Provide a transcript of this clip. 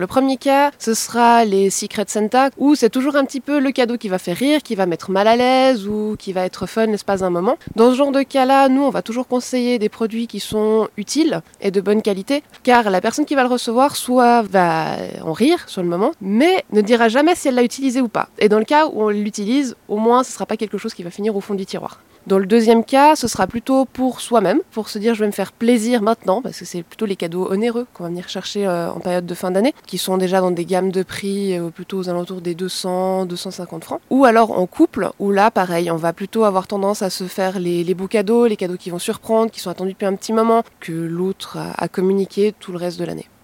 Le premier cas, ce sera les Secret Santa, où c'est toujours un petit peu le cadeau qui va faire rire, qui va mettre mal à l'aise ou qui va être fun l'espace d'un moment. Dans ce genre de cas-là, nous, on va toujours conseiller des produits qui sont utiles et de bonne qualité, car la personne qui va le recevoir soit va en rire sur le moment, mais ne dira jamais si elle l'a utilisé ou pas. Et dans le cas où on l'utilise, au moins, ce ne sera pas quelque chose qui va finir au fond du tiroir. Dans le deuxième cas, ce sera plutôt pour soi-même, pour se dire je vais me faire plaisir maintenant, parce que c'est plutôt les cadeaux onéreux qu'on va venir chercher en période de fin d'année, qui sont déjà dans des gammes de prix plutôt aux alentours des 200, 250 francs. Ou alors en couple, où là, pareil, on va plutôt avoir tendance à se faire les beaux cadeaux, les cadeaux qui vont surprendre, qui sont attendus depuis un petit moment, que l'autre a communiqué tout le reste de l'année.